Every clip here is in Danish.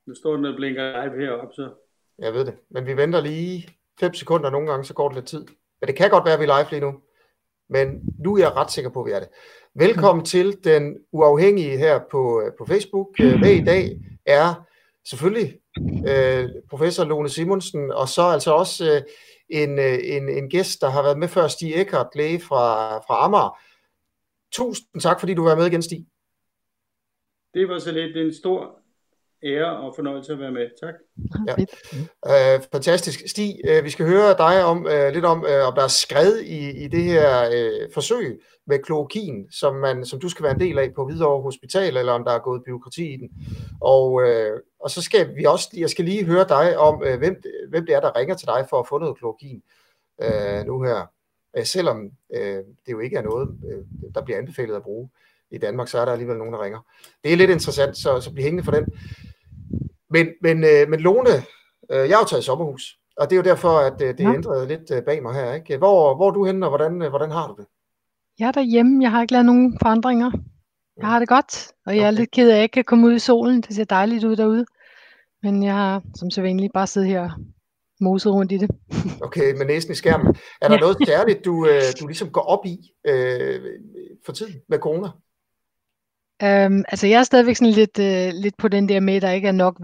Nu står den og blinker live heroppe, så. Jeg ved det, men vi venter lige 5 sekunder, nogle gange så går det lidt tid. Men det kan godt være, at vi er live lige nu. Men nu er jeg ret sikker på, at vi er det. Velkommen til Den Uafhængige her på Facebook. Med i dag er selvfølgelig professor Lone Simonsen, og så altså også en gæst, der har været med før, Stig Eckert, læge fra Amager. Tusind tak, fordi du var med igen, Stig. Det var så lidt en stor ære og fornøjelse at være med. Tak. Ja. Fantastisk. Stig, vi skal høre dig om lidt om der er skred i det her forsøg med klorokin, som du skal være en del af på Hvidovre Hospital, eller om der er gået bureaukrati i den. Og så skal jeg skal lige høre dig om, hvem det er, der ringer til dig for at få noget klorokin nu her. Selvom det jo ikke er noget, der bliver anbefalet at bruge i Danmark, så er der alligevel nogen, der ringer. Det er lidt interessant, så bliv hængende for den. Men Lone, jeg har jo taget sommerhus, og det er jo derfor, at det ændrede lidt bag mig her, ikke? Hvor er du henne, og hvordan har du det? Jeg er derhjemme. Jeg har ikke lavet nogen forandringer. Jeg har det godt, og jeg er lidt ked af, at jeg ikke kan komme ud i solen. Det ser dejligt ud derude. Men jeg har som sædvanligt bare siddet her og moset rundt i det. Okay, med næsen i skærmen. Er der noget særligt, du ligesom går op i for tiden med corona? Altså jeg er stadigvæk sådan lidt på den der med, at der ikke er nok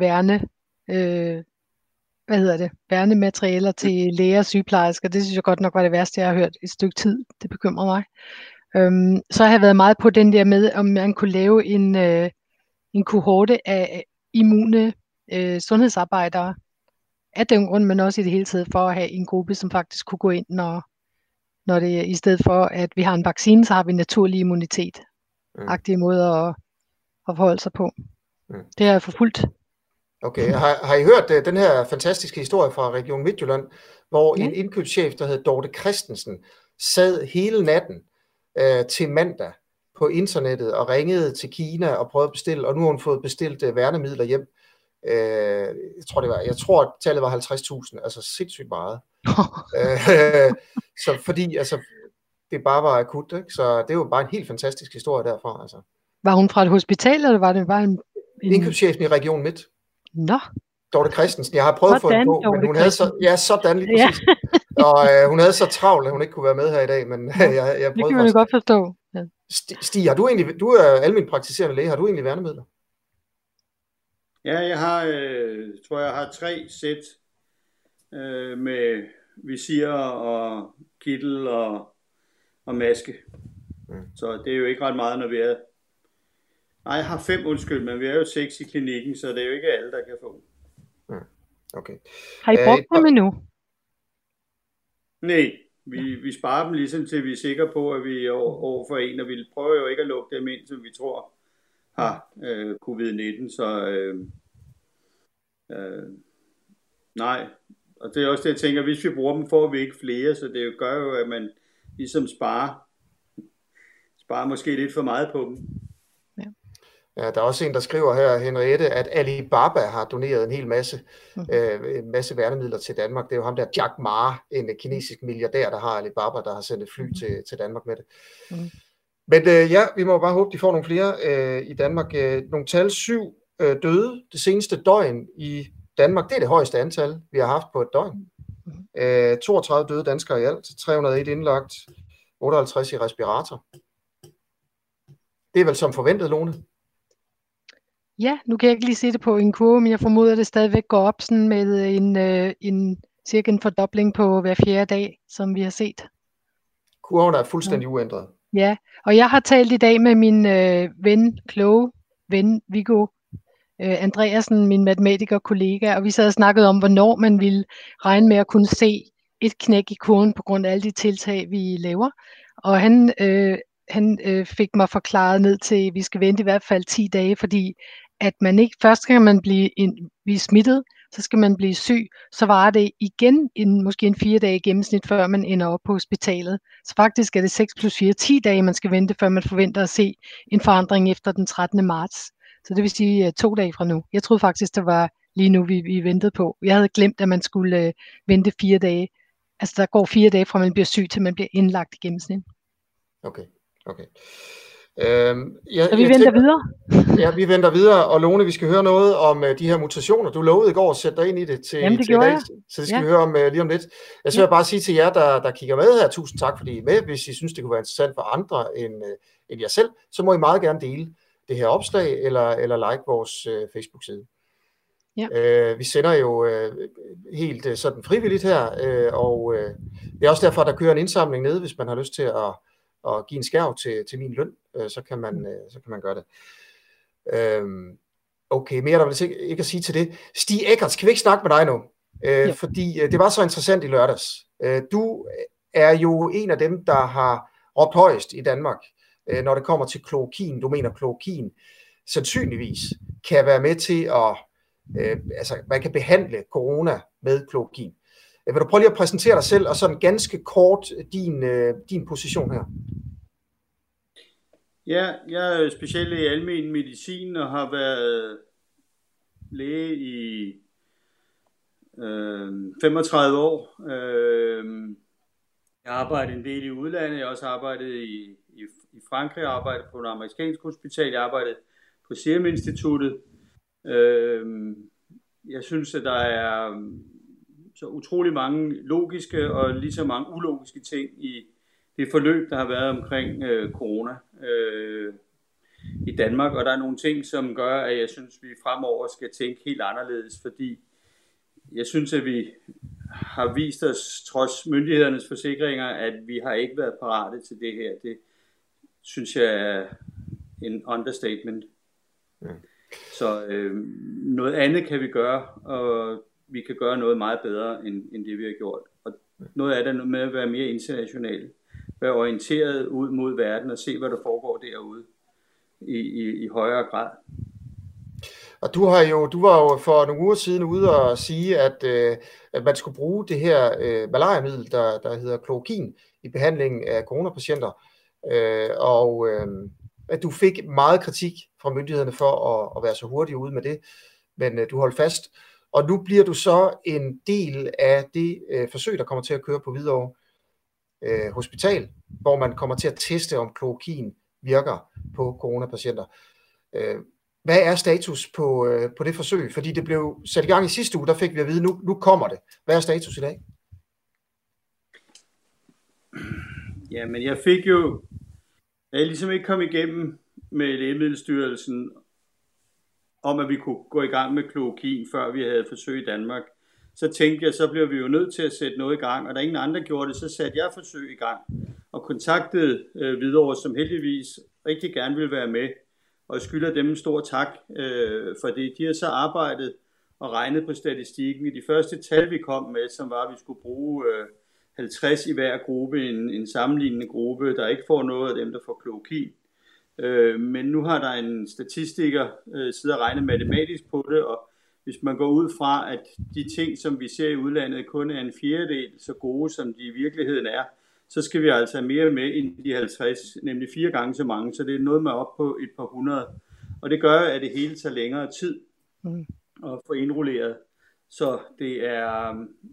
værnematerialer til læger og sygeplejersker. Det synes jeg godt nok var det værste, jeg har hørt et stykke tid. Det bekymrer mig. Så har jeg været meget på den der med, om man kunne lave en kohorte af immune sundhedsarbejdere af den grund, men også i det hele taget for at have en gruppe, som faktisk kunne gå ind, når det i stedet for, at vi har en vaccine, så har vi naturlig immunitet. Agtige måder at forholde sig på. Det har jeg forfulgt. Okay, har I hørt den her fantastiske historie fra Region Midtjylland, hvor en indkøbschef, der hed Dorte Christensen, sad hele natten til mandag på internettet og ringede til Kina og prøvede at bestille, og nu har hun fået bestilt værnemidler hjem. Jeg tror at tallet var 50.000, altså sindssygt meget. Så fordi altså det bare var akut, ikke? Så det er jo bare en helt fantastisk historie derfra. Altså. Var hun fra et hospital, eller var det bare en... Indkøbschefen i Region Midt. Nå. Dorte Christensen. Jeg har prøvet at få hende på, men hun havde så... sådan lige præcis. Ja. Og hun havde så travlt, at hun ikke kunne være med her i dag, men jeg prøvede. Det kan man jo godt forstå. Ja. Stig, du er almen praktiserende læge. Har du egentlig værnemidler? Ja, jeg har 3 sæt med visir og kittel og maske. Så det er jo ikke ret meget, når vi er... Nej, jeg har 5, men vi er jo 6 i klinikken, så det er jo ikke alle, der kan få. Okay. Har I brugt dem endnu? Nej, vi sparer dem ligesom til vi er sikre på, at vi er over for en, og vi prøver jo ikke at lukke dem ind, som vi tror har covid-19, så nej. Og det er også det, jeg tænker, hvis vi bruger dem, får vi ikke flere, så det gør jo, at man ligesom sparer måske lidt for meget på dem. Ja, der er også en, der skriver her, Henriette, at Alibaba har doneret en hel masse værnemidler til Danmark. Det er jo ham der, Jack Ma, en kinesisk milliardær, der har Alibaba, der har sendt et fly til Danmark med det. Men vi må bare håbe, de får nogle flere i Danmark. Nogle tal, 7 døde det seneste døgn i Danmark. Det er det højeste antal, vi har haft på et døgn. 32 døde danskere i alt, 301 indlagt, 58 i respirator. Det er vel som forventet, Lone? Ja, nu kan jeg ikke lige se det på en kurve, men jeg formoder, at det stadigvæk går op sådan med cirka en fordobling på hver 4. dag, som vi har set. Kurven er fuldstændig uændret. Ja, og jeg har talt i dag med min kloge ven, Viggo Andreasen, min matematikerkollega, og vi sad og snakkede om, hvornår man ville regne med at kunne se et knæk i kurven på grund af alle de tiltag, vi laver. Og han fik mig forklaret ned til, at vi skal vente i hvert fald 10 dage, fordi at man ikke, først skal man blive smittet, så skal man blive syg, så var det igen måske en 4 dage i gennemsnit, før man ender op på hospitalet. Så faktisk er det 6 + 4, 10 dage, man skal vente, før man forventer at se en forandring efter den 13. marts. Så det vil sige 2 dage fra nu. Jeg troede faktisk, det var lige nu, vi ventede på. Jeg havde glemt, at man skulle vente 4 dage. Altså der går 4 dage fra man bliver syg, til man bliver indlagt i gennemsnit. Okay. Så vi venter videre. Ja, vi venter videre, og Lone, vi skal høre noget om de her mutationer. Du lovede i går at sætte dig ind i det til, Jamen, det til i dag, så det skal vi høre om lige om lidt. Jeg vil bare sige til jer, der kigger med her, tusind tak, fordi I er med. Hvis I synes, det kunne være interessant for andre end jer selv, så må I meget gerne dele det her opslag, eller like vores Facebook-side. Ja. Vi sender jo helt sådan frivilligt her, og det er også derfor, der kører en indsamling nede, hvis man har lyst til at give en skærv til min løn, så kan man gøre det. Okay, mere der vil ikke at sige til det. Stig Eckertz, kan vi ikke snakke med dig nu? Fordi det var så interessant i lørdags. Du er jo en af dem, der har råbt højest i Danmark, når det kommer til klorokin. Du mener, klorokin sandsynligvis kan være med til at man kan behandle corona med klorokin. Vil du prøve lige at præsentere dig selv, og sådan ganske kort din position her? Ja, jeg er specielt i almen medicin og har været læge i 35 år. Jeg har arbejdet en del i udlandet. Jeg har også arbejdet i Frankrig. Jeg har arbejdet på et amerikansk hospital. Jeg har arbejdet på Serum Instituttet. Jeg synes, at der er så utrolig mange logiske og lige så mange ulogiske ting i det forløb, der har været omkring corona i Danmark. Og der er nogle ting, som gør, at jeg synes, at vi fremover skal tænke helt anderledes, fordi jeg synes, at vi har vist os, trods myndighedernes forsikringer, at vi har ikke været parate til det her. Det synes jeg er en understatement. Ja. Så noget andet kan vi gøre, og vi kan gøre noget meget bedre, end det vi har gjort. Og noget af det med at være mere international, være orienteret ud mod verden og se, hvad der foregår derude i højere grad. Og du var jo for nogle uger siden ude og sige, at man skulle bruge det her malariamiddel, der hedder klorokin, i behandlingen af coronapatienter, og at du fik meget kritik fra myndighederne for at være så hurtig ude med det, men du holdt fast. Og nu bliver du så en del af det forsøg, der kommer til at køre på Hvidovre Hospital, hvor man kommer til at teste, om klorokin virker på coronapatienter. Hvad er status på det forsøg? Fordi det blev sat i gang i sidste uge, der fik vi at vide, nu kommer det. Hvad er status i dag? Jamen, jeg ligesom ikke kom igennem med Lægemiddelstyrelsen om, at vi kunne gå i gang med klorokin, før vi havde forsøg i Danmark. Så tænkte jeg, så bliver vi jo nødt til at sætte noget i gang, og da ingen andre gjorde det, så satte jeg forsøg i gang og kontaktede Hvidovre, som heldigvis rigtig gerne ville være med, og jeg skylder dem en stor tak for det. De har så arbejdet og regnet på statistikken. I de første tal, vi kom med, som var, at vi skulle bruge 50 i hver gruppe, en sammenlignende gruppe, der ikke får noget af dem, der får klorokin. Men nu har der en statistiker siddet og regnet matematisk på det, og hvis man går ud fra, at de ting, som vi ser i udlandet, kun er en fjerdedel så gode, som de i virkeligheden er, så skal vi altså mere med end de 50, nemlig 4 gange så mange, så det er noget med op på et par hundrede. Og det gør, at det hele tager længere tid at få indrulleret. Så det er...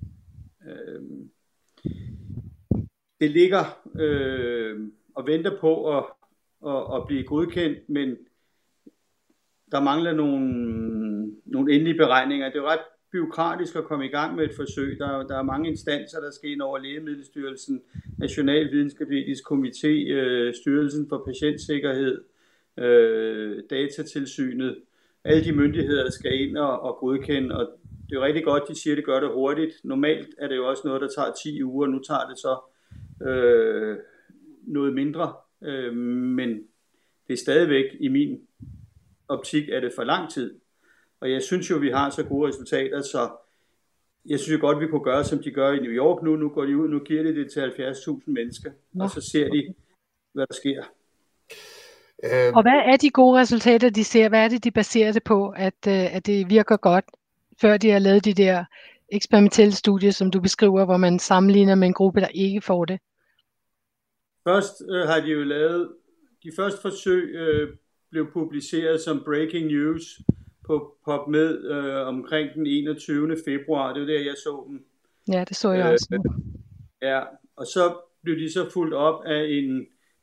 det ligger og venter på at blive godkendt, men der mangler nogle endelige beregninger. Det er jo ret bureaukratisk at komme i gang med et forsøg. Der er mange instanser, der skal ind over Lægemiddelstyrelsen, National Videnskabsetisk Komité, Styrelsen for Patientsikkerhed, Datatilsynet. Alle de myndigheder skal ind og godkende, og det er jo rigtig godt, de siger, at det gør det hurtigt. Normalt er det jo også noget, der tager 10 uger, nu tager det så noget mindre, men det er stadigvæk i min optik, er det for lang tid. Og jeg synes jo, vi har så gode resultater, så jeg synes jo godt, vi kunne gøre, som de gør i New York nu. Nu går de ud, nu giver de det til 70.000 mennesker, og så ser de, hvad der sker. Og hvad er de gode resultater, de ser? Hvad er det, de baserer det på, at det virker godt, før de har lavet de der eksperimentelle studier, som du beskriver, hvor man sammenligner med en gruppe, der ikke får det? Først har de jo lavet, de første forsøg blev publiceret som breaking news på PubMed omkring den 21. februar. Det var der, jeg så dem. Ja, det så jeg også. Ja, og så blev de så fulgt op af en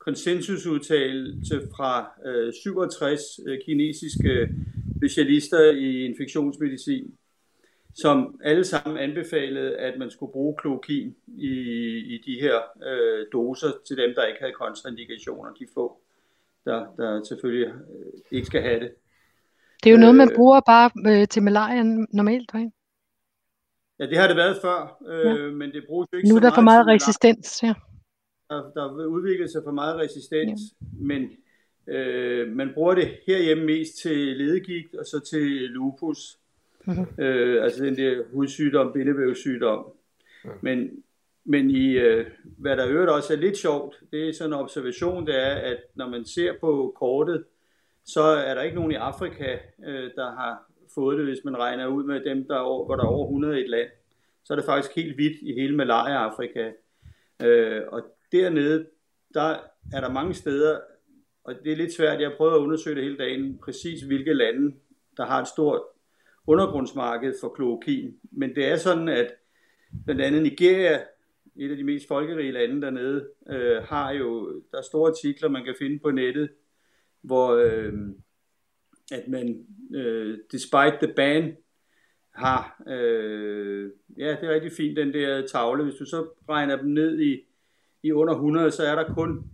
konsensusudtalelse fra 67 kinesiske specialister i infektionsmedicin, som alle sammen anbefalede, at man skulle bruge klorokin i de her doser til dem, der ikke havde kontraindikationer, de få, der selvfølgelig ikke skal have det. Det er jo noget, man bruger bare til malaria normalt, ikke? Ja, det har det været før, men det bruges jo ikke nu så meget. Nu er der for meget resistens, ja. Der udvikler sig for meget resistens, men man bruger det herhjemme mest til ledegigt og så til lupus. Altså den der hudsygdom, bindevævssygdom. Men i hvad der øvrigt også er lidt sjovt, det er sådan en observation, det er, at når man ser på kortet, så er der ikke nogen i Afrika, der har fået det, hvis man regner ud med dem, hvor der er over 100 i et land. Så er det faktisk helt hvidt i hele Malaria-Afrika. Og dernede, der er der mange steder, og det er lidt svært, jeg har prøvet at undersøge det hele dagen, præcis hvilke lande, der har et stort undergrundsmarked for klorokin. Men det er sådan, at blandt andet Nigeria, et af de mest folkerige lande dernede, har jo, der er store artikler, man kan finde på nettet, hvor at man, despite the ban, har, ja, det er rigtig fint, den der tavle. Hvis du så regner dem ned i under 100, så er der kun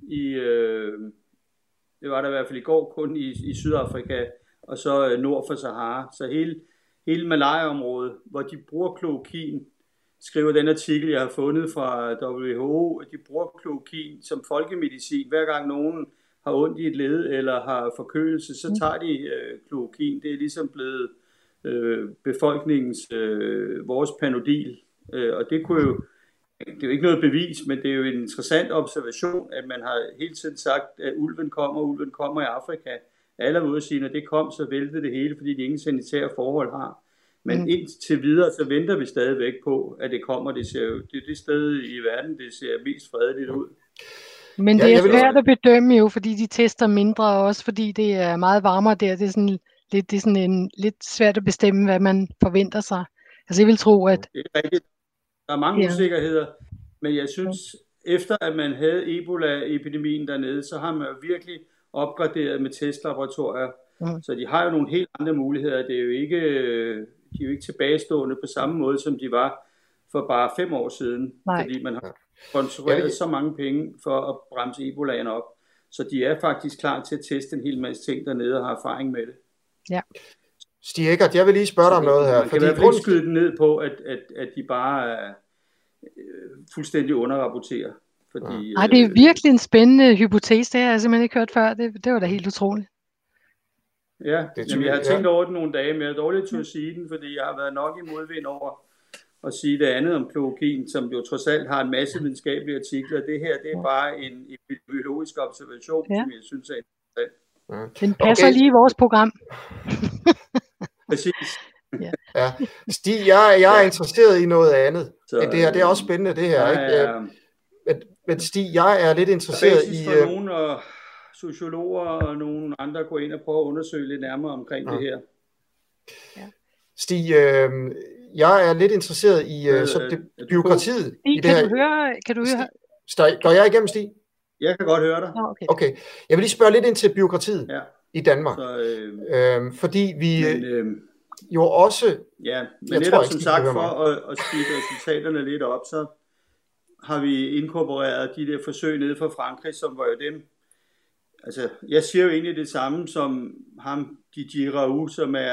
det var der i hvert fald i går, kun i Sydafrika, og så nord for Sahara. Så hele Malaria-området, hvor de bruger klorokin, skriver den artikel, jeg har fundet fra WHO, at de bruger klorokin som folkemedicin. Hver gang nogen har ondt i et led eller har forkølelse, så tager de klorokin. Det er ligesom blevet befolkningens, vores Panodil. Og det kunne jo, det er jo ikke noget bevis, men det er jo en interessant observation, at man har hele tiden sagt, at ulven kommer i Afrika. Alle er ude at sige, når det kom, så væltede det hele, fordi de ingen sanitære forhold har. Men indtil videre, så venter vi stadigvæk på, at det kommer. Det er det sted i verden, det ser mest fredeligt ud. Men det er svært at bedømme jo, fordi de tester mindre, og også fordi det er meget varmere der. Det er sådan lidt svært at bestemme, hvad man forventer sig. Altså jeg vil tro, at... Det er rigtigt. Der er mange usikkerheder, men jeg synes, efter at man havde Ebola-epidemien dernede, så har man jo virkelig opgraderet med testlaboratorier. Så de har jo nogle helt andre muligheder. Det er jo ikke, de er jo ikke tilbagestående på samme måde, som de var for bare 5 år siden. Nej. Fordi man har sponsoreret så mange penge for at bremse Ebolaen op. Så de er faktisk klar til at teste en hel masse ting dernede og har erfaring med det. Ja. Stig Eckert, jeg vil lige spørge dig om noget her. Man kan i hvert fald ikke skyde den ned på, at de bare fuldstændig underrapporterer. Fordi, det er virkelig en spændende hypotese, det har jeg simpelthen ikke hørt før. Det var da helt utroligt. Ja, jeg har tænkt over det nogle dage, men jeg er dårligt til at sige den, fordi jeg har været nok i modvind over at sige det andet om klorokin, som jo trods alt har en masse videnskabelige artikler. Det her, det er bare en epidemiologisk observation, som jeg synes er interessant. Den passer lige i vores program. Præcis. Ja. Stig, jeg er interesseret i noget andet. Så, det her, det er også spændende, det her. Ikke? Men Stig, jeg er lidt interesseret i... for nogle sociologer og nogle andre går ind og prøver at undersøge lidt nærmere omkring det her. Stig, jeg er lidt interesseret i bureaukratiet. Stig, i det her. Kan du høre? Går jeg igennem, Stig? Jeg kan godt høre dig. Okay. Jeg vil lige spørge lidt ind til bureaukratiet i Danmark. Så, fordi vi jo også... Ja, men netop som sagt, for at speede resultaterne lidt op, så har vi inkorporeret de der forsøg nede fra Frankrig, som var jo dem. Altså, jeg siger jo egentlig det samme som ham, Didier Raoult,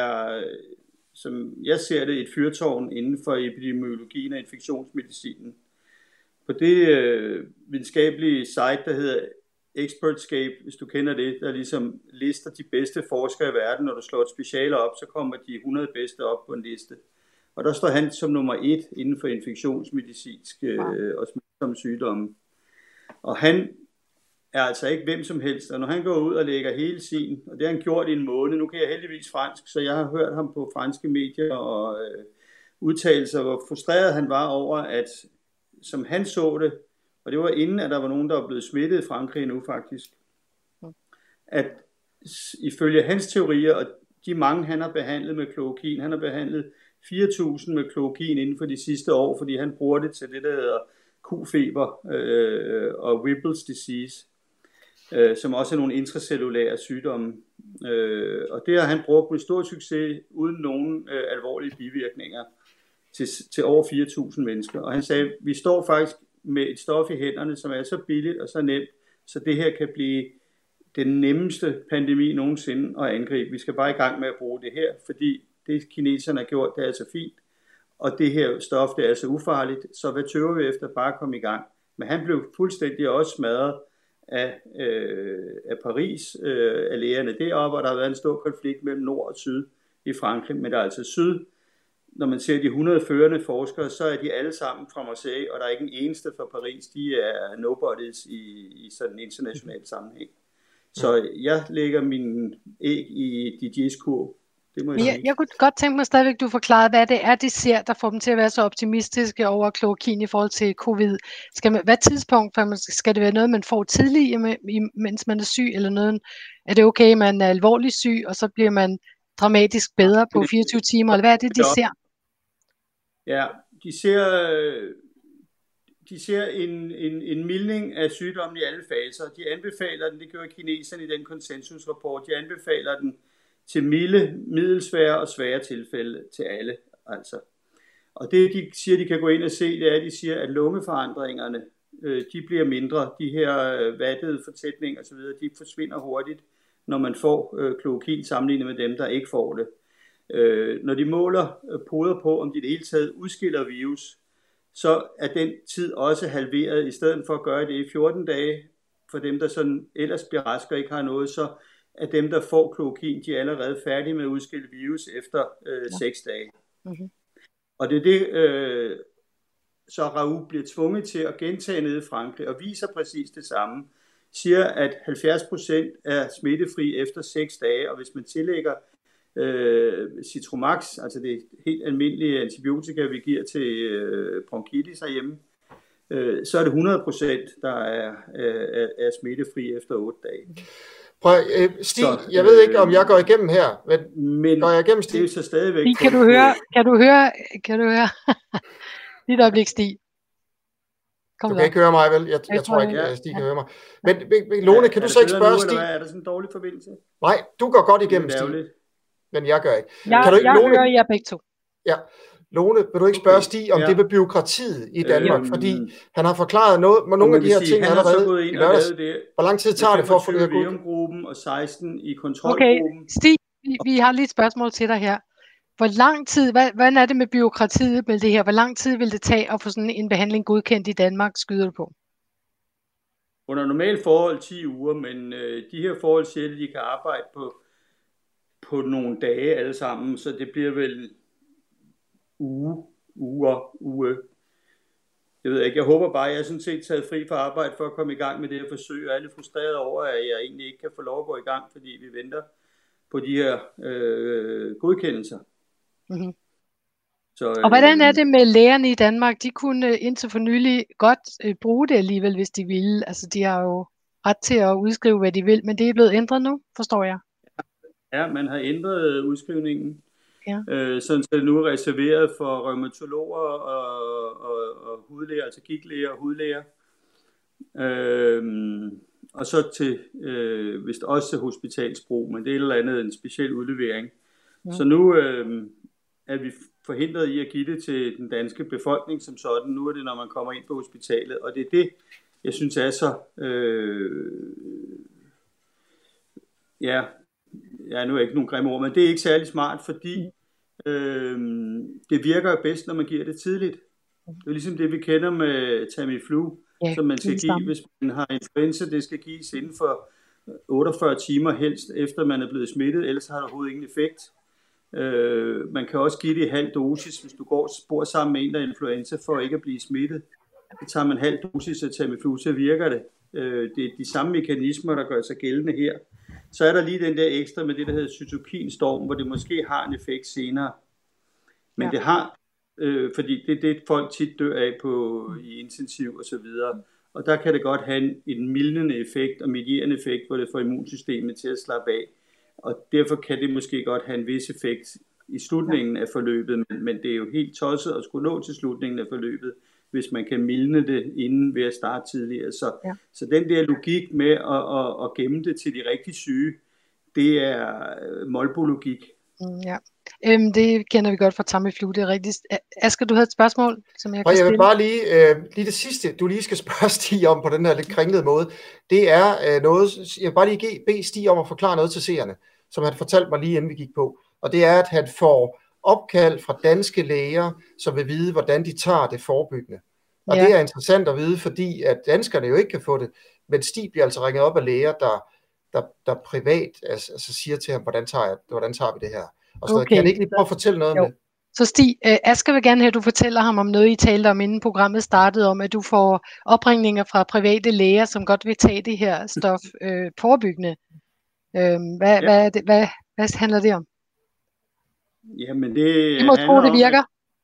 som jeg ser det, et fyrtårn inden for epidemiologien og infektionsmedicinen. På det videnskabelige site, der hedder Expertscape, hvis du kender det, der ligesom lister de bedste forskere i verden. Når du slår et speciale op, så kommer de 100 bedste op på en liste. Og der står han som nummer 1 inden for infektionsmedicinsk og smitsomme sygdomme. Og han er altså ikke hvem som helst. Og når han går ud og lægger hele sin, og det har han gjort i en måned, nu kan jeg heldigvis fransk, så jeg har hørt ham på franske medier og udtalelser, hvor frustreret han var over, at som han så det, og det var inden, at der var nogen, der var blevet smittet i Frankrig nu faktisk, at ifølge hans teorier, og de mange, han har behandlet med klorokin, han har behandlet 4.000 med klorokin inden for de sidste år, fordi han bruger det til det, der hedder Q-feber og Whipple's disease. som også er nogle intracellulære sygdomme. Og det har han brugt med stor succes, uden nogen alvorlige bivirkninger, til over 4.000 mennesker. Og han sagde, vi står faktisk med et stof i hænderne, som er så billigt og så nemt, så det her kan blive den nemmeste pandemi nogensinde at angribe. Vi skal bare i gang med at bruge det her, fordi det kineserne har gjort, det er altså fint, og det her stof, det er altså ufarligt, så hvad tøver vi efter bare at komme i gang? Men han blev fuldstændig også smadret af Paris, af lægerne deroppe, og der har været en stor konflikt mellem nord og syd i Frankrig, men der er altså syd. Når man ser de 100 førende forskere, så er de alle sammen fra Marseille, og der er ikke en eneste fra Paris. De er nobodies i sådan en international sammenhæng. Så jeg lægger min æg i Didiers kurv. Det må jeg sige. Jeg kunne godt tænke mig stadigvæk, du forklarede, hvad det er, de ser, der får dem til at være så optimistiske over kloakin i forhold til covid. Hvad tidspunkt skal det være noget, man får tidligt, mens man er syg, eller noget? Er det okay, man er alvorligt syg, og så bliver man dramatisk bedre på 24 timer, eller hvad er det, de ser? Ja, de ser en mildning af sygdommen i alle faser. De anbefaler den, det gør kineserne i den konsensusrapport, de anbefaler den til milde, middelsvære og svære tilfælde til alle. Altså. Og det de siger, de kan gå ind og se, det er, at de siger, at lungeforandringerne, de bliver mindre. De her vattede fortætninger osv., de forsvinder hurtigt, når man får kloakin sammenlignet med dem, der ikke får det. Når de måler poder på, om de det hele taget udskiller virus, så er den tid også halveret. I stedet for at gøre det i 14 dage, for dem, der sådan ellers bliver raske og ikke har noget, så er dem, der får kloakin, de er allerede færdige med at udskille virus efter 6 dage. Mm-hmm. Og det er det, så Raoult bliver tvunget til at gentage nede i Frankrig, og viser præcis det samme. Siger, at 70% er smittefri efter 6 dage, og hvis man tillægger Citromax, altså det helt almindelige antibiotika, vi giver til bronkitis herhjemme, så er det 100%, der er smittefri efter 8 dage. Prøv, Stig, jeg ved ikke, om jeg går igennem her, men går jeg igennem, Stig? Det er så stadigvæk... Kan du høre? Lige et øjeblik, Stig. Du kan ikke høre mig, vel? Jeg tror ikke, Stig kan høre mig. Men Lone, kan du så ikke spørge Stig? Er der sådan en dårlig forbindelse? Nej, du går godt igennem, Stig. Men jeg gør ikke. Kan du ikke, Lone? Jeg hører jer begge to. Ja. Lone, vil du ikke spørge Stig om det med byråkratiet i Danmark? Fordi han har forklaret nogle af de her ting allerede i lørdags. Hvor lang tid tager det for at få det her ud? Gruppen og 16 i kontrolgruppen. Okay, Stig, vi har lige et spørgsmål til dig her. Hvor lang tid, hvordan er det med byråkratiet med det her? Hvor lang tid vil det tage at få sådan en behandling godkendt i Danmark, skyder du på? Under normale forhold 10 uger, men de her forhold siger, at de kan arbejde på nogle dage alle sammen, så det bliver vel uge. Jeg ved ikke, jeg håber bare, jeg er sådan set taget fri fra arbejde for at komme i gang med det her forsøg, og jeg er lidt frustreret over, at jeg egentlig ikke kan få lov at gå i gang, fordi vi venter på de her godkendelser. Mm-hmm. Så, og hvordan er det med lægerne i Danmark? De kunne indtil for nylig godt bruge det alligevel, hvis de ville. Altså, de har jo ret til at udskrive, hvad de vil, men det er blevet ændret nu, forstår jeg. Ja, man har ændret udskrivningen. Ja. Sådan så det nu er reserveret for rheumatologer og hudlæger, altså gigtlæger og hudlæger. Og så til, vist også til hospitalsbrug, men det er et eller andet en speciel udlevering. Ja. Så nu er vi forhindret i at give det til den danske befolkning som sådan. Nu er det, når man kommer ind på hospitalet, og det er det, jeg synes er så... nu er ikke nogen grimme ord, men det er ikke særlig smart, fordi det virker jo bedst, når man giver det tidligt. Det er ligesom det, vi kender med Tamiflu, som man skal give, hvis man har influenza. Det skal gives inden for 48 timer helst, efter man er blevet smittet, ellers har det overhovedet ingen effekt. Man kan også give det i halv dosis, hvis du bor sammen med en, der er influenza, for ikke at blive smittet. Så tager man halv dosis af Tamiflu, så virker det. Det er de samme mekanismer, der gør sig gældende her. Så er der lige den der ekstra med det, der hedder cytokinstorm, hvor det måske har en effekt senere. Men det har, fordi det er det, folk tit dør af i intensiv og så videre. Og der kan det godt have en mildnende effekt og medierende effekt, hvor det får immunsystemet til at slappe af. Og derfor kan det måske godt have en vis effekt i slutningen af forløbet, men det er jo helt tosset at skulle nå til slutningen af forløbet, hvis man kan mildne det inden ved at starte tidligere. Så den der logik med at gemme det til de rigtig syge, det er molbologik. Ja. Det kender vi godt fra Tamiflu, det er rigtigt. Asger, du havde et spørgsmål, som jeg kan stille. Jeg vil bare lige det sidste, du lige skal spørge Stig om på den her lidt kringlede måde, det er noget, jeg vil bare lige bede Stig om at forklare noget til seerne, som han fortalte mig lige inden vi gik på, og det er, at han får opkald fra danske læger, som vil vide, hvordan de tager det forebyggende. Og det er interessant at vide, fordi at danskerne jo ikke kan få det, men Stig bliver altså ringet op af læger, der privat altså siger til ham, hvordan tager vi det her? Og så kan han ikke lige prøve at fortælle noget om det? Så Stig, Asger vil gerne have, at du fortæller ham om noget, I talte om, inden programmet startede, om at du får opringninger fra private læger, som godt vil tage det her stof forebyggende. Hvad handler det om? Jamen det I må tro, det virker.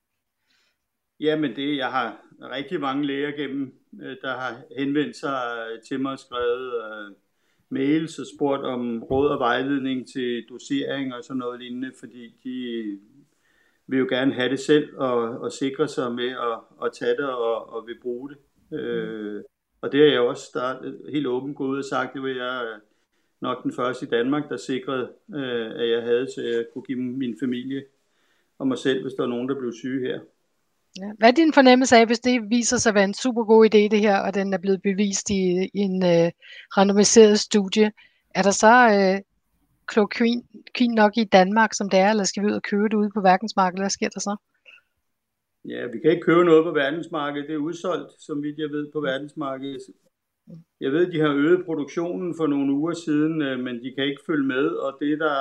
Jamen jeg har rigtig mange læger gennem, der har henvendt sig til mig og skrevet mails og spurgt om råd og vejledning til dosering og sådan noget lignende, fordi de vil jo gerne have det selv og sikre sig med at tage det og vil bruge det. Og det har jeg også helt åbent gået ud og sagt, det var jeg nok den første i Danmark, der sikrede, at jeg havde, så jeg kunne give min familie og mig selv, hvis der var nogen, der blev syge her. Ja. Hvad er din fornemmelse af, hvis det viser sig at være en super god idé, det her, og den er blevet bevist i en randomiseret studie? Er der så kloakin nok i Danmark, som det er, eller skal vi ud og købe det ude på verdensmarkedet? Hvad sker der så? Ja, vi kan ikke købe noget på verdensmarkedet. Det er udsolgt, som vidt jeg ved, på verdensmarkedet. Jeg ved, de har øget produktionen for nogle uger siden, men de kan ikke følge med, og det der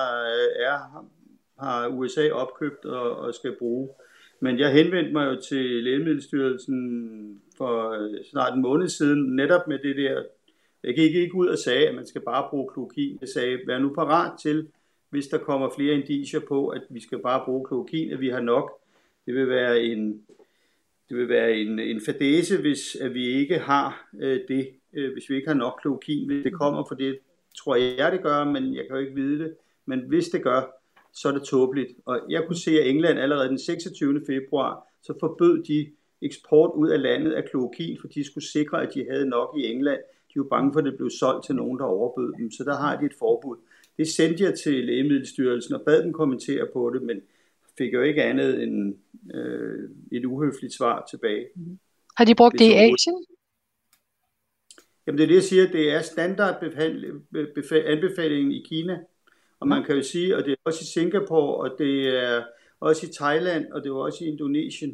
har USA opkøbt og skal bruge. Men jeg henvendte mig jo til Lægemiddelstyrelsen for snart en måned siden, netop med det der. Jeg gik ikke ud og sagde, at man skal bare bruge kloakin. Jeg sagde, vær nu parat til, hvis der kommer flere indicier på, at vi skal bare bruge kloakin, at vi har nok. Det vil være en fadæse, hvis at vi ikke har det, hvis vi ikke har nok kloakin. Hvis det kommer, for det tror jeg, det gør, men jeg kan jo ikke vide det. Men hvis det gør, så er det tåbeligt. Og jeg kunne se, at England allerede den 26. februar, så forbød de eksport ud af landet af kloakin, for de skulle sikre, at de havde nok i England. De var bange for, at det blev solgt til nogen, der overbød dem. Så der har de et forbud. Det sendte jeg til Lægemiddelstyrelsen og bad dem kommentere på det, men fik jo ikke andet end et uhøfligt svar tilbage. Har de brugt det i Asien? Jamen det er det, jeg siger, det er standardanbefalingen i Kina. Og man kan jo sige, og det er også i Singapore, og det er også i Thailand, og det er også i Indonesien.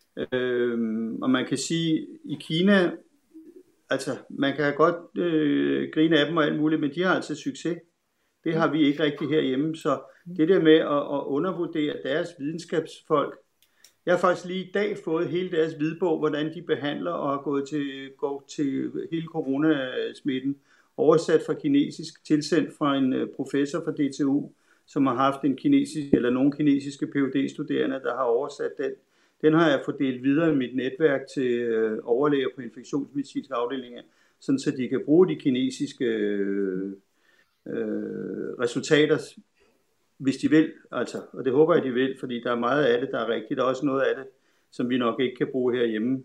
Og man kan sige, i Kina, altså man kan godt grine af dem og alt muligt, men de har altså succes. Det har vi ikke rigtig herhjemme, så det der med at undervurdere deres videnskabsfolk. Jeg har faktisk lige i dag fået hele deres hvidbog, hvordan de behandler og har går til hele coronasmitten, oversat fra kinesisk, tilsendt fra en professor fra DTU, som har haft nogle kinesiske PhD-studerende, der har oversat den. Den har jeg fordelt videre i mit netværk til overlæger på infektionsmedicinske afdelinger, sådan så de kan bruge de kinesiske resultater, hvis de vil, altså, og det håber jeg, de vil, fordi der er meget af det, der er rigtigt, der er også noget af det, som vi nok ikke kan bruge herhjemme.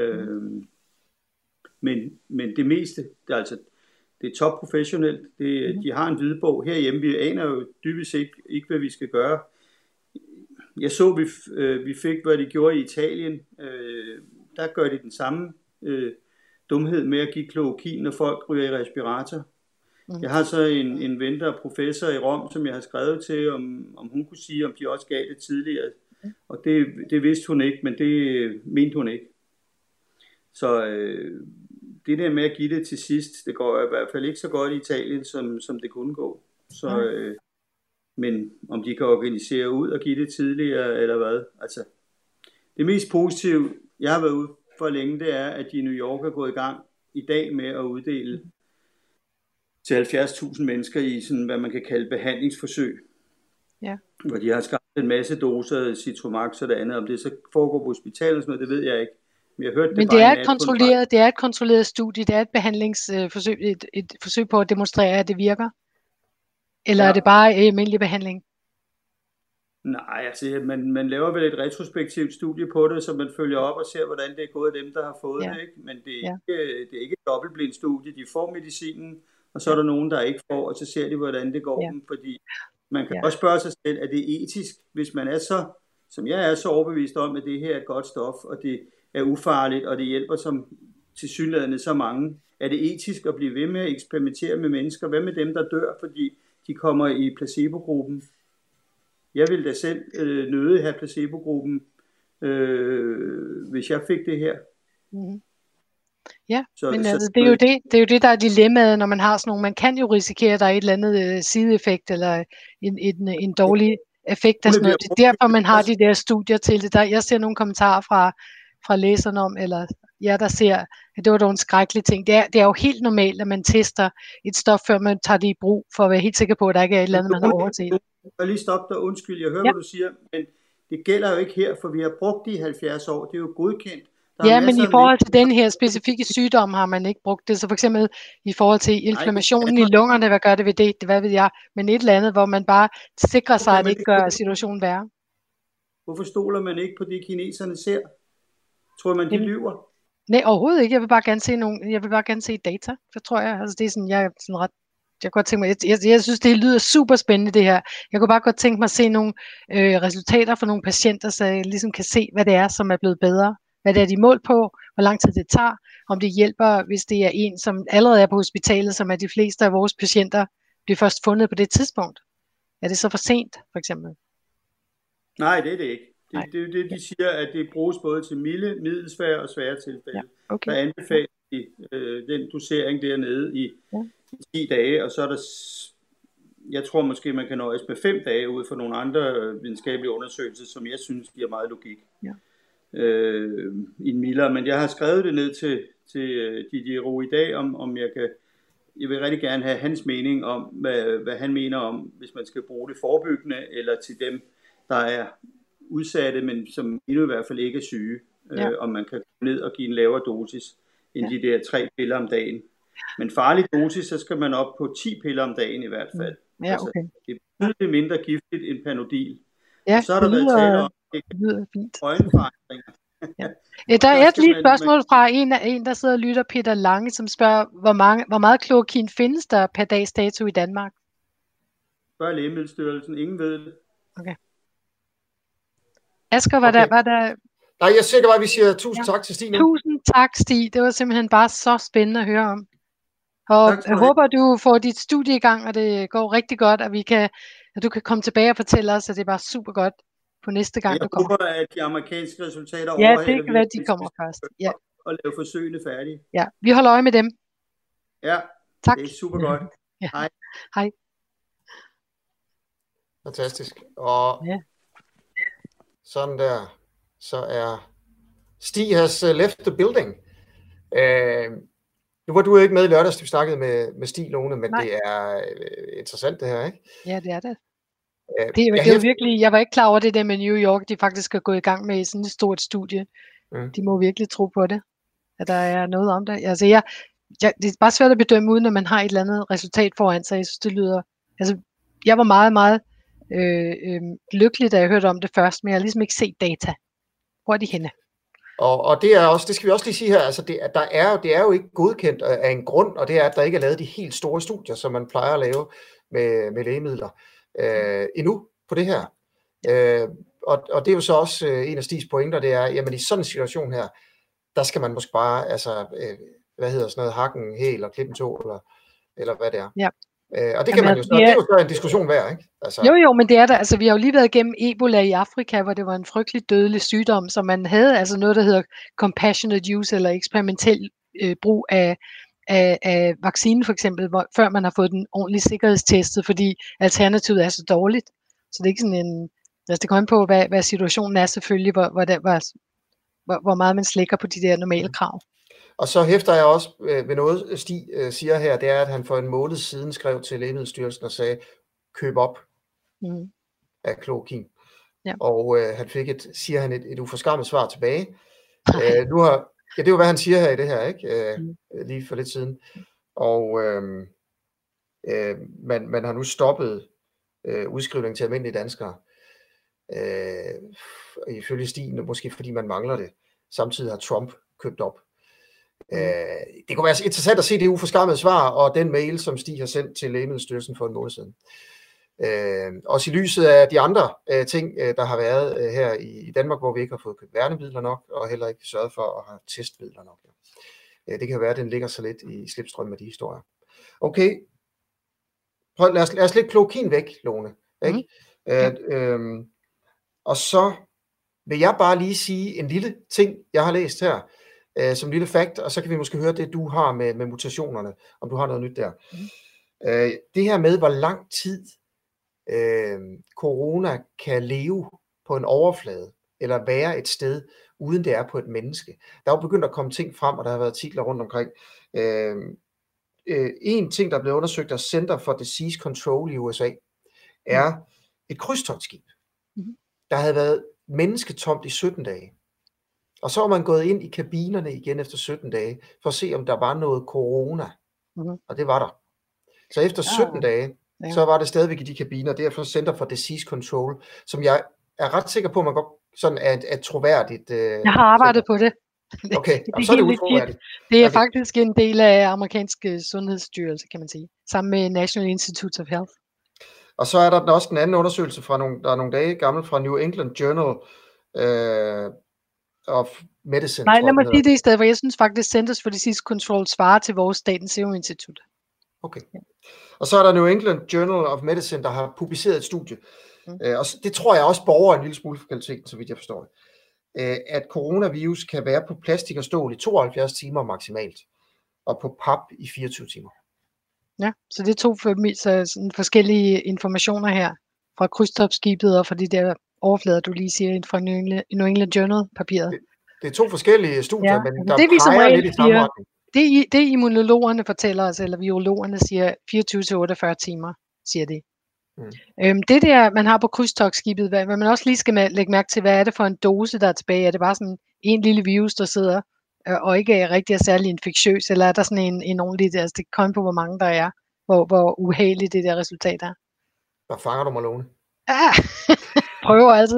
Men det meste, det er top professionelt, de har en hvidbog herhjemme, vi aner jo dybest set ikke, hvad vi skal gøre. Jeg så, vi fik, hvad de gjorde i Italien, der gør de den samme dumhed med at give kloakin, når folk ryger i respirator. Jeg har så en ven, der er professor i Rom, som jeg har skrevet til, om hun kunne sige, om de også gav det tidligere. Og det vidste hun ikke, men det mente hun ikke. Så det der med at give det til sidst, det går i hvert fald ikke så godt i Italien, som det kunne gå. Så, men om de kan organisere ud og give det tidligere, eller hvad. Altså, det mest positive, jeg har været ude for længe, det er, at de i New York er gået i gang i dag med at uddele til 70.000 mennesker i sådan, hvad man kan kalde behandlingsforsøg. Ja. Hvor de har skabt en masse doser Citromax og det andet. Om det så foregår på hospitalet og sådan noget, det ved jeg ikke. Men det er et kontrolleret studie, det er et behandlingsforsøg, et forsøg på at demonstrere, at det virker? Eller er det bare almindelig behandling? Nej, altså man laver vel et retrospektivt studie på det, så man følger op og ser, hvordan det er gået af dem, der har fået det, ikke? Men det er ikke et dobbeltblindt studie. De får medicinen, og så er der nogen, der ikke får, og så ser de, hvordan det går dem. Fordi man kan også spørge sig selv, at det er etisk, hvis man er så, som jeg er så overbevist om, at det her er et godt stof, og det er ufarligt, og det hjælper som tilsyneladende så mange. Er det etisk at blive ved med at eksperimentere med mennesker? Hvad med dem, der dør, fordi de kommer i placebogruppen? Jeg ville da selv nødig have placebogruppen, hvis jeg fik det her. Mm-hmm. Ja, men altså, det er jo det, der er dilemmaet, når man har sådan nogle. Man kan jo risikere, at der er et eller andet sideeffekt, eller en dårlig effekt af sådan noget. Det er derfor, man har de der studier til det. Jeg ser nogle kommentarer fra læserne om, eller der ser, at det var dog en skrækkelig ting. Det er jo helt normalt, at man tester et stof, før man tager det i brug, for at være helt sikker på, at der ikke er et eller andet, man har overset. Jeg lige stoppe dig, undskyld, jeg hører, hvad du siger, men det gælder jo ikke her, for vi har brugt det i 70 år, det er jo godkendt. Men i forhold til den her specifikke sygdom har man ikke brugt det, så for eksempel i forhold til inflammationen i lungerne, hvad gør det ved det, hvad ved jeg, men et eller andet, hvor man bare sikrer sig, at det ikke gør situationen værre. Hvorfor stoler man ikke på det, kineserne ser? Tror man, de lyver? Nej, overhovedet ikke. Jeg vil bare gerne se data, så tror jeg, altså det er sådan, jeg er sådan ret. Jeg kunne godt tænke mig, jeg synes, det lyder super spændende det her. Jeg kunne bare godt tænke mig at se nogle resultater fra nogle patienter, så jeg ligesom kan se, hvad det er, som er blevet bedre. Hvad det er, de mål på, hvor lang tid det tager, om det hjælper, hvis det er en, som allerede er på hospitalet, som er de fleste af vores patienter, bliver først fundet på det tidspunkt. Er det så for sent, for eksempel? Nej, det er det ikke. Det er det, de siger, at det bruges både til milde, middelsvære og svære tilfælde. Der anbefaler de den dosering dernede i 10 dage, og så er der, jeg tror måske, man kan nøjes med 5 dage ud fra nogle andre videnskabelige undersøgelser, som jeg synes giver meget logik. I en mildere, men jeg har skrevet det ned til Didier Roux i dag, om jeg vil rigtig gerne have hans mening om, hvad han mener om, hvis man skal bruge det forebyggende, eller til dem, der er udsatte, men som endnu i hvert fald ikke er syge, om man kan gå ned og give en lavere dosis, end de der 3 piller om dagen. Men farlig dosis, så skal man op på 10 piller om dagen i hvert fald. Altså, det er betydeligt mindre giftigt end Panodil. Og så har der været tale om øjenforandringer. Der er et lige spørgsmål fra en, der sidder og lytter, Peter Lange, som spørger, hvor meget klorokin findes der per dags dato i Danmark? Spørg Lægemiddelstyrelsen, ingen ved det. Okay. Asger, var der... Nej, jeg siger bare, at vi siger tusind tak til Stig nu. Tusind tak, Stig. Det var simpelthen bare så spændende at høre om. Og jeg håber, du får dit studie i gang, og det går rigtig godt, at du kan komme tilbage og fortælle os, at det var super godt på næste gang, du kommer. Jeg håber, at de amerikanske resultater det kan være, de kommer først. Ja. Og lave forsøgene færdige. Ja, vi holder øje med dem. Ja, tak. Det er super godt. Hej. Hej. Fantastisk. Og sådan der, så er Stig has left the building. Nu var du ikke med i lørdags, vi snakkede med Stig, Lone, men det er interessant det her, ikke? Ja, det er det. Det er jo virkelig, jeg var ikke klar over det der med New York, de faktisk er gået i gang med sådan et stort studie. De må virkelig tro på det, at der er noget om det. Altså det er bare svært at bedømme, uden at man har et eller andet resultat foran sig. Jeg synes, det lyder... Altså, jeg var meget, meget lykkelig, da jeg hørte om det først, men jeg har ligesom ikke set data. Hvor er de henne? Og det er også, det skal vi også lige sige her, altså det er jo ikke godkendt af en grund, og det er, at der ikke er lavet de helt store studier, som man plejer at lave med lægemidler endnu på det her. Og det er jo så også en af Stigs pointer, det er, jamen i sådan en situation her, der skal man måske bare, altså, hvad hedder sådan noget, hakken en hæl og klippe en tå, eller hvad det er. Ja. Og det kan man jo, det er jo så en diskussion værd, ikke? Altså. Jo, men det er der. Altså, vi har jo lige været igennem Ebola i Afrika, hvor det var en frygtelig dødelig sygdom, så man havde altså noget, der hedder compassionate use, eller eksperimentel brug af vaccinen for eksempel, før man har fået den ordentligt sikkerhedstestet, fordi alternativet er så dårligt. Så det er ikke sådan en... Altså, det kommer an på, hvad situationen er selvfølgelig, hvor meget man slækker på de der normale krav. Og så hæfter jeg også ved noget, Stig siger her, det er, at han for en måned siden skrev til Lægemiddelstyrelsen og sagde, køb op af klorokin. Ja. Og han fik siger han et uforskammet svar tilbage. Det er jo, hvad han siger her i det her, ikke? Lige for lidt siden. Og man har nu stoppet udskrivning til almindelige danskere. Ifølge Stien, måske fordi man mangler det. Samtidig har Trump købt op. Det kunne være interessant at se det uforskammede svar, og den mail, som Stig har sendt til Lægemiddelstyrelsen for en måned siden. Også i lyset af de andre ting, der har været her i Danmark, hvor vi ikke har fået købt værnemidler nok, og heller ikke sørget for at have testmidler nok. Det kan være, at den ligger så lidt i slipstrømmen af de historier. Okay, lad os lidt klokin væk, Lone. Ikke? Og så vil jeg bare lige sige en lille ting, jeg har læst her, som lille fact, og så kan vi måske høre det, du har med mutationerne, om du har noget nyt der. Det her med, hvor lang tid corona kan leve på en overflade, eller være et sted, uden det er på et menneske. Der er jo begyndt at komme ting frem, og der har været artikler rundt omkring. En ting, der er blevet undersøgt af Center for Disease Control i USA, er et krydstogtskib, der havde været mennesketomt i 17 dage. Og så var man gået ind i kabinerne igen efter 17 dage, for at se, om der var noget corona. Og det var der. Så efter 17 dage, så var det stadigvæk i de kabiner, derfor Center for Disease Control, som jeg er ret sikker på, at man godt sådan er troværdigt. Jeg har arbejdet på det. Okay, så er det utroværdigt. Det er faktisk en del af amerikanske sundhedsstyrelse, kan man sige, sammen med National Institutes of Health. Og så er der også en anden undersøgelse, der er nogle dage gammel, fra New England Journal of Medicine. Nej, lad mig sige det i stedet, for jeg synes faktisk, Centers for Disease Control svarer til vores Statens Serum Institut. Okay. Og så er der New England Journal of Medicine, der har publiceret et studie. Og det tror jeg også borger en lille smule for kvaliteten, så vidt jeg forstår det. At coronavirus kan være på plastik og stål i 72 timer maksimalt, og på pap i 24 timer. Ja, så det er to forskellige informationer her, fra krydstogtskibet og fra de der overflader, du lige siger, fra New England Journal-papiret. Det er to forskellige studier, men der det, vi peger lidt i samme retning. Det immunologerne fortæller os, eller virologerne siger, 24-48 timer, siger de. Det der, man har på krydstogtskibet, hvad man også lige skal lægge mærke til, hvad er det for en dose, der er tilbage? Er det bare sådan en lille virus, der sidder og ikke er rigtig særlig infektiøs, eller er der sådan en ordentlig, altså det kommer på, hvor mange der er, hvor uheldigt det der resultat er? Der fanger du mig, Lone. Prøver altid.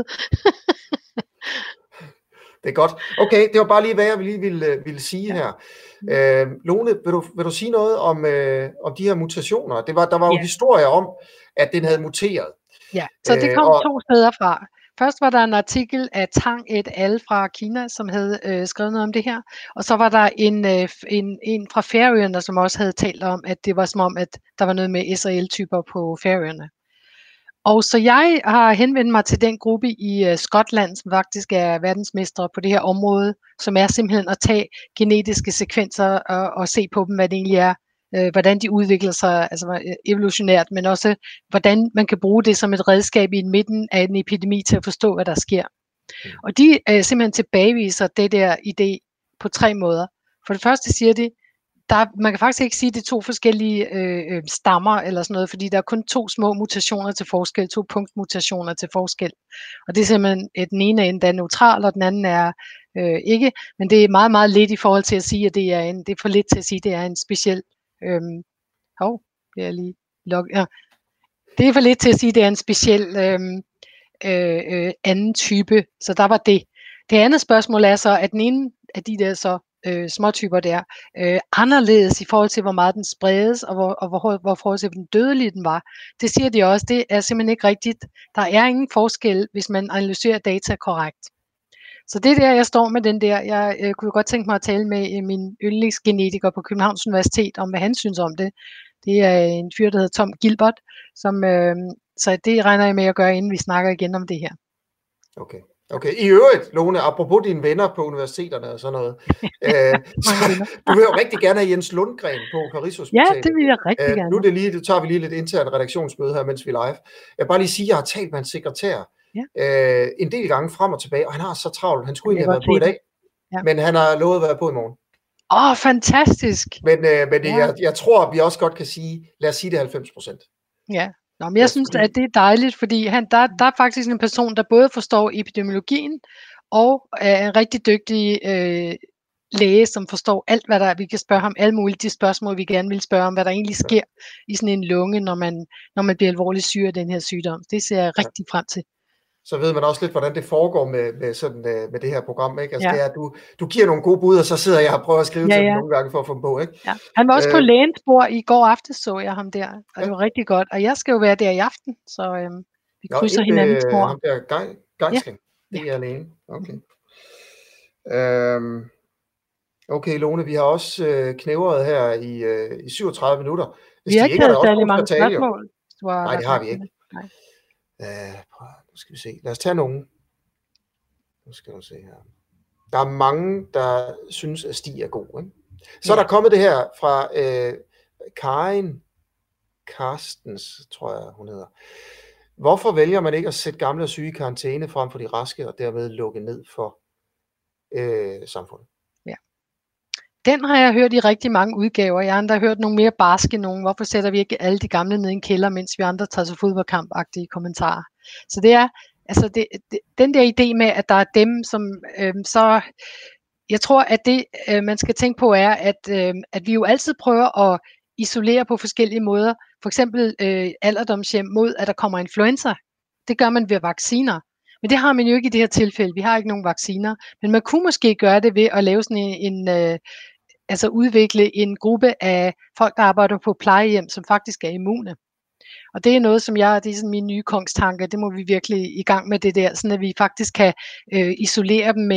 Det er godt. Okay, det var bare lige, hvad jeg lige ville sige her. Lone, vil du sige noget om de her mutationer? Der var jo historier om, at den havde muteret. Ja, så det kom to steder fra. Først var der en artikel af Tang et al fra Kina, som havde skrevet noget om det her. Og så var der en fra Færøerne, som også havde talt om, at det var som om, at der var noget med SRL-typer på Færøerne. Og så jeg har henvendt mig til den gruppe i Skotland, som faktisk er verdensmestre på det her område, som er simpelthen at tage genetiske sekvenser og se på dem, hvad det egentlig er, hvordan de udvikler sig altså evolutionært, men også hvordan man kan bruge det som et redskab i midten af en epidemi til at forstå, hvad der sker. Og de simpelthen tilbageviser det der idé på 3 måder. For det første siger de, man kan faktisk ikke sige, at det er 2 forskellige stammer eller sådan noget, fordi der er kun 2 små mutationer til forskel, 2 punktmutationer til forskel. Og det er simpelthen, den ene er endda neutral, og den anden er ikke, men det er meget, meget lidt i forhold til at sige, at det er for lidt til at sige, at det er en speciel, det er for lidt til at sige, at det er en speciel anden type, så der var det. Det andet spørgsmål er så, at den ene af de der så småtyper der, anderledes i forhold til, hvor meget den spredes, og hvor forhold til, hvor dødelig den var. Det siger de også, det er simpelthen ikke rigtigt. Der er ingen forskel, hvis man analyserer data korrekt. Så det der, jeg står med den der, jeg kunne godt tænke mig at tale med min yndlingsgenetiker på Københavns Universitet, om hvad han synes om det. Det er en fyr, der hedder Tom Gilbert, så det regner jeg med at gøre, inden vi snakker igen om det her. Okay. I øvrigt, Lone, apropos dine venner på universiteterne og sådan noget, du vil jo rigtig gerne have Jens Lundgren på Rigshospitalet. Ja, det vil jeg rigtig gerne. Nu tager vi lige lidt intern redaktionsmøde her, mens vi er live. Jeg vil bare lige sige, at jeg har talt med en sekretær en del gange frem og tilbage, og han har så travlt. Han skulle egentlig have været på i dag, men han har lovet at være på i morgen. Fantastisk. Men jeg tror, at vi også godt kan sige, lad os sige det 90%. Ja. Nå, men jeg synes, at det er dejligt, fordi der er faktisk en person, der både forstår epidemiologien, og er en rigtig dygtig læge, som forstår alt, hvad der er. Vi kan spørge ham alle mulige de spørgsmål, vi gerne vil spørge om, hvad der egentlig sker i sådan en lunge, når man bliver alvorligt syg af den her sygdom. Det ser jeg rigtig frem til. så ved man også lidt, hvordan det foregår med det her program, ikke? Altså Ja. det er, at du giver nogle gode bud, og så sidder jeg og prøver at skrive til dem nogle gange for at få dem på, ikke? Ja. Han var også på lægens bord i går aftes, så jeg ham der, og det var rigtig godt. Og jeg skal jo være der i aften, så vi krydser hinandens spor. Ham der Geisling, det er alene. Okay. Okay, Lone, vi har også knævret her i 37 minutter. Vi har ikke taget særlig mange spørgsmål. Nej, det har vi ikke. Nu skal vi se. Lad os tage nogen. Nu skal du se her. Der er mange, der synes, at Stig er god. Ikke? Så er der kommet det her fra Karin Karstens, tror jeg, hun hedder. Hvorfor vælger man ikke at sætte gamle og syge i karantæne frem for de raske, og dermed lukke ned for samfundet? Ja. Den har jeg hørt i rigtig mange udgaver. Jeg har endda hørt nogle mere barske nogen. Hvorfor sætter vi ikke alle de gamle ned i en kælder, mens vi andre tager til fodboldkamp-agtige kommentarer? Så det er, altså den der idé med, at der er dem, som så... Jeg tror, at det, man skal tænke på, er, at vi jo altid prøver at isolere på forskellige måder. For eksempel alderdomshjem mod, at der kommer influenza. Det gør man ved vacciner. Men det har man jo ikke i det her tilfælde. Vi har ikke nogen vacciner. Men man kunne måske gøre det ved at lave sådan altså udvikle en gruppe af folk, der arbejder på plejehjem, som faktisk er immune. Og det er noget, som det er sådan mine nye kongstanker, det må vi virkelig i gang med det der, sådan at vi faktisk kan isolere dem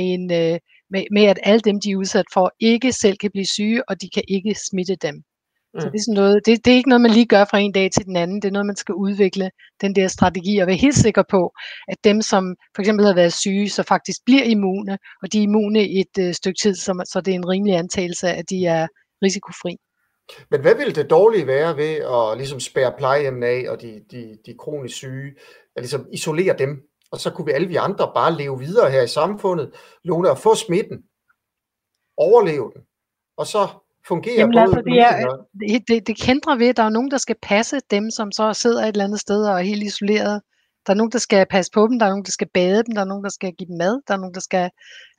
med at alle dem, de er udsat for, ikke selv kan blive syge, og de kan ikke smitte dem. Så det er sådan noget, det er ikke noget, man lige gør fra en dag til den anden. Det er noget, man skal udvikle, den der strategi, og være helt sikker på, at dem, som for eksempel har været syge, så faktisk bliver immune, og de er immune i et stykke tid, så det er en rimelig antagelse, at de er risikofri. Men hvad ville det dårlige være ved at ligesom spærre plejehjemmene af, og de kronisk syge, at ligesom isolere dem, og så kunne vi alle vi andre bare leve videre her i samfundet, Lone, og få smitten, overleve den, og så fungere både det kender ved, at der er nogen, der skal passe dem, som så sidder et eller andet sted og er helt isoleret. Der er nogen, der skal passe på dem, der er nogen, der skal bade dem, der er nogen, der skal give dem mad, der er nogen, der skal...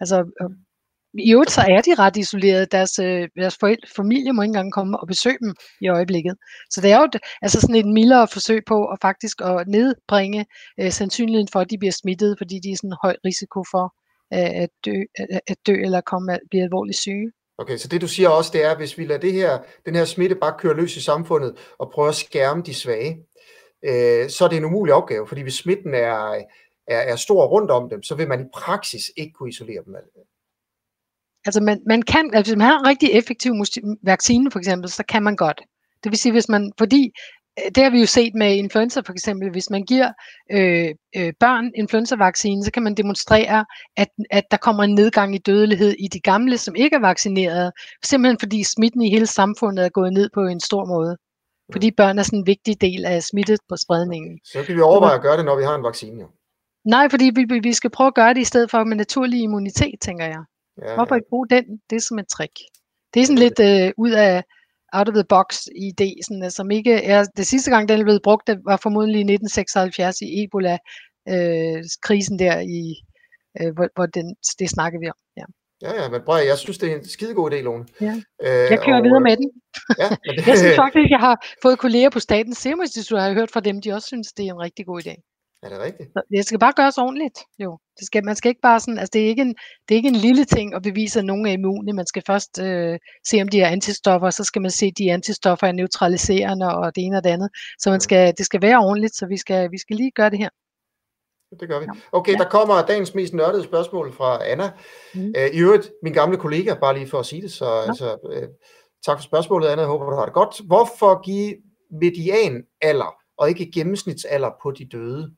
I øvrigt så er de ret isolerede. Deres familie må ikke engang komme og besøge dem i øjeblikket. Så det er jo sådan et mildere forsøg på at faktisk at nedbringe sandsynligheden for, at de bliver smittet, fordi de er sådan en høj risiko for at dø eller blive alvorligt syge. Okay, så det du siger også, det er, at hvis vi lader den her smitte bare køre løs i samfundet og prøve at skærme de svage, så er det en umulig opgave, fordi hvis smitten er stor rundt om dem, så vil man i praksis ikke kunne isolere dem. Altså hvis man har en rigtig effektiv vaccine for eksempel, så kan man godt. Det vil sige, fordi det har vi jo set med influenza for eksempel, hvis man giver børn influenza-vaccine, så kan man demonstrere, at der kommer en nedgang i dødelighed i de gamle, som ikke er vaccineret, simpelthen fordi smitten i hele samfundet er gået ned på en stor måde. Fordi børn er sådan en vigtig del af smittet på spredningen. Så kan vi overveje at gøre det, når vi har en vaccine, jo. Nej, fordi vi skal prøve at gøre det i stedet for med naturlig immunitet, tænker jeg. Ja. Hvorfor ikke bruge den? Det er som et trick. Det er sådan lidt ud af out of the box idé, sådan, som ikke er... Det sidste gang, den er blevet brugt, det var formodentlig i 1976 i Ebola-krisen der, hvor det snakkede vi om. Ja. Ja, men prøv, jeg synes, det er en skidegod idé, Lone. Ja. Jeg kører videre med den. Ja, jeg synes faktisk, jeg har fået kolleger på Statens Serum Institut, og jeg har hørt fra dem, de også synes, det er en rigtig god idé. Er det rigtigt? Så det skal bare gøres ordentligt, jo. Man skal ikke bare sådan, altså det er ikke en lille ting at bevise, at nogen er immune. Man skal først se, om de er antistoffer, og så skal man se, at de antistoffer er neutraliserende, og det ene og det andet. Så det skal være ordentligt, så vi skal lige gøre det her. Det gør vi. Okay, der kommer dagens mest nørdede spørgsmål fra Anna. I øvrigt, min gamle kollega, bare lige for at sige det, så tak for spørgsmålet, Anna. Jeg håber, du har det godt. Hvorfor give medianalder og ikke gennemsnitsalder på de døde?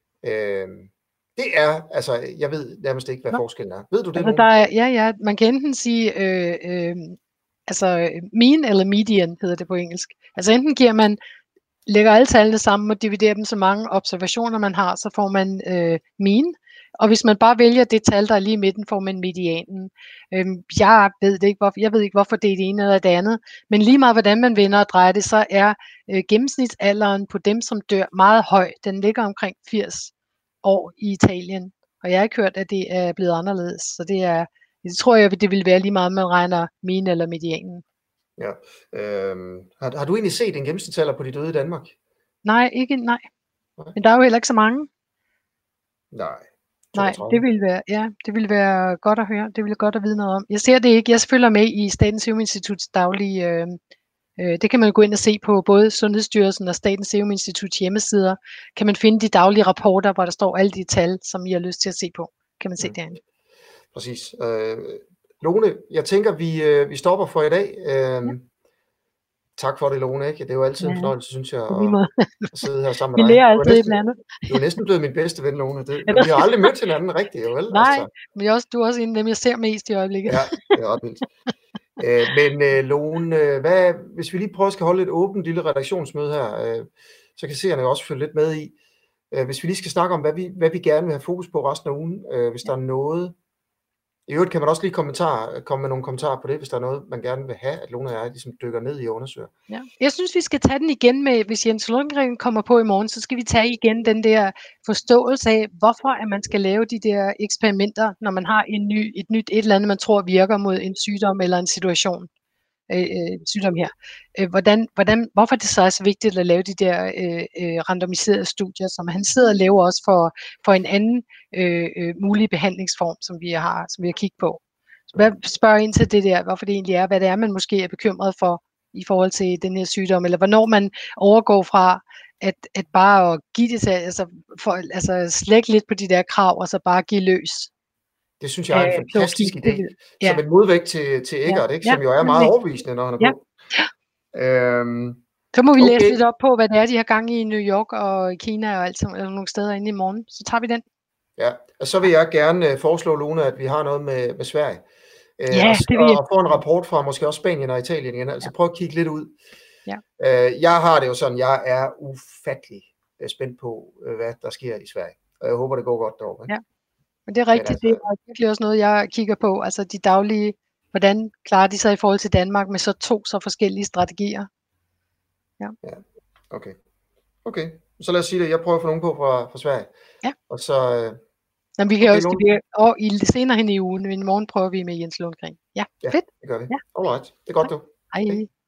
Det er, altså, jeg ved nærmest ikke, hvad forskellen er. Ved du det? Altså, man kan enten sige, mean eller median hedder det på engelsk. Altså enten lægger alle tallene sammen og dividerer dem så mange observationer man har, så får man mean. Og hvis man bare vælger det tal, der er lige i midten, får man medianen. Jeg ved ikke, hvorfor det er det ene eller det andet. Men lige meget, hvordan man vender og drejer det, så er gennemsnitsalderen på dem, som dør, meget høj. Den ligger omkring 80 år i Italien. Og jeg har ikke hørt, at det er blevet anderledes. Så det tror jeg, det vil være lige meget, om man regner mean eller medianen. Ja. Har du egentlig set en gennemsnitsalder på de døde i Danmark? Nej. Men der er jo heller ikke så mange. Nej, det ville være godt at høre. Det ville godt at vide noget om. Jeg ser det ikke. Jeg følger med i Statens Serum Instituts daglige. Det kan man gå ind og se på både Sundhedsstyrelsen og Statens Serum Instituts hjemmesider. Kan man finde de daglige rapporter, hvor der står alle de tal, som I har lyst til at se på. Kan man se derinde. Præcis. Lone, jeg tænker, vi stopper for i dag. Tak for det, Lone. Ikke? Det er jo altid en fornøjelse, synes jeg, at sidde her sammen med dig. Vi lærer altid et eller andet. Du er næsten blevet min bedste ven, Lone. Vi har aldrig mødt hinanden rigtigt, jo vel? Nej, men du er også en af dem, jeg ser mest i øjeblikket. Ja, det er ret vildt. Men Lone, hvis vi lige prøver at holde et åbent lille redaktionsmøde her, så kan seerne også følge lidt med i. Hvis vi lige skal snakke om, hvad vi gerne vil have fokus på resten af ugen, hvis der er noget. I øvrigt kan man også lige komme med nogle kommentarer på det, hvis der er noget, man gerne vil have, at Lone og jeg ligesom dykker ned i og undersøger. Ja. Jeg synes, vi skal tage den igen med, hvis Jens Lundgren kommer på i morgen, så skal vi tage igen den der forståelse af, hvorfor at man skal lave de der eksperimenter, når man har et eller andet, man tror virker mod en sygdom eller en situation. Sygdom her. Hvorfor det så er så vigtigt at lave de der randomiserede studier, som han sidder og laver også for en anden mulig behandlingsform, som vi har kigget på. Hvad spørger ind til det der, hvorfor det egentlig er, hvad det er, man måske er bekymret for i forhold til den her sygdom, eller hvornår man overgår fra at bare at give det til, slække lidt på de der krav, og så bare give løs. Det synes jeg er en fantastisk idé. Som en modvægt til Eggert, ikke? Som jo er meget overbevisende, når han er på. Så må vi læse lidt op på, hvad det er, de har gang i New York og Kina og alt sådan, eller nogle steder inde i morgen. Så tager vi den. Ja, og så vil jeg gerne foreslå, Lone, at vi har noget med Sverige. Og få en rapport fra måske også Spanien og Italien igen. Altså prøv at kigge lidt ud. Ja. Jeg har det jo sådan, jeg er ufattelig spændt på, hvad der sker i Sverige. Og jeg håber, det går godt derovre. Ja. Men det er rigtigt, det er virkelig også noget, jeg kigger på. Altså de daglige, hvordan klarer de sig i forhold til Danmark med så forskellige strategier. Ja. Okay. Så lad os sige det. Jeg prøver at få nogen på fra Sverige. Ja. Og så... Jamen, vi kan også senere hen i ugen. I morgen prøver vi med Jens Lundgren. Ja, fedt. Det gør vi. Ja. Alright. Det er godt, du. Hej.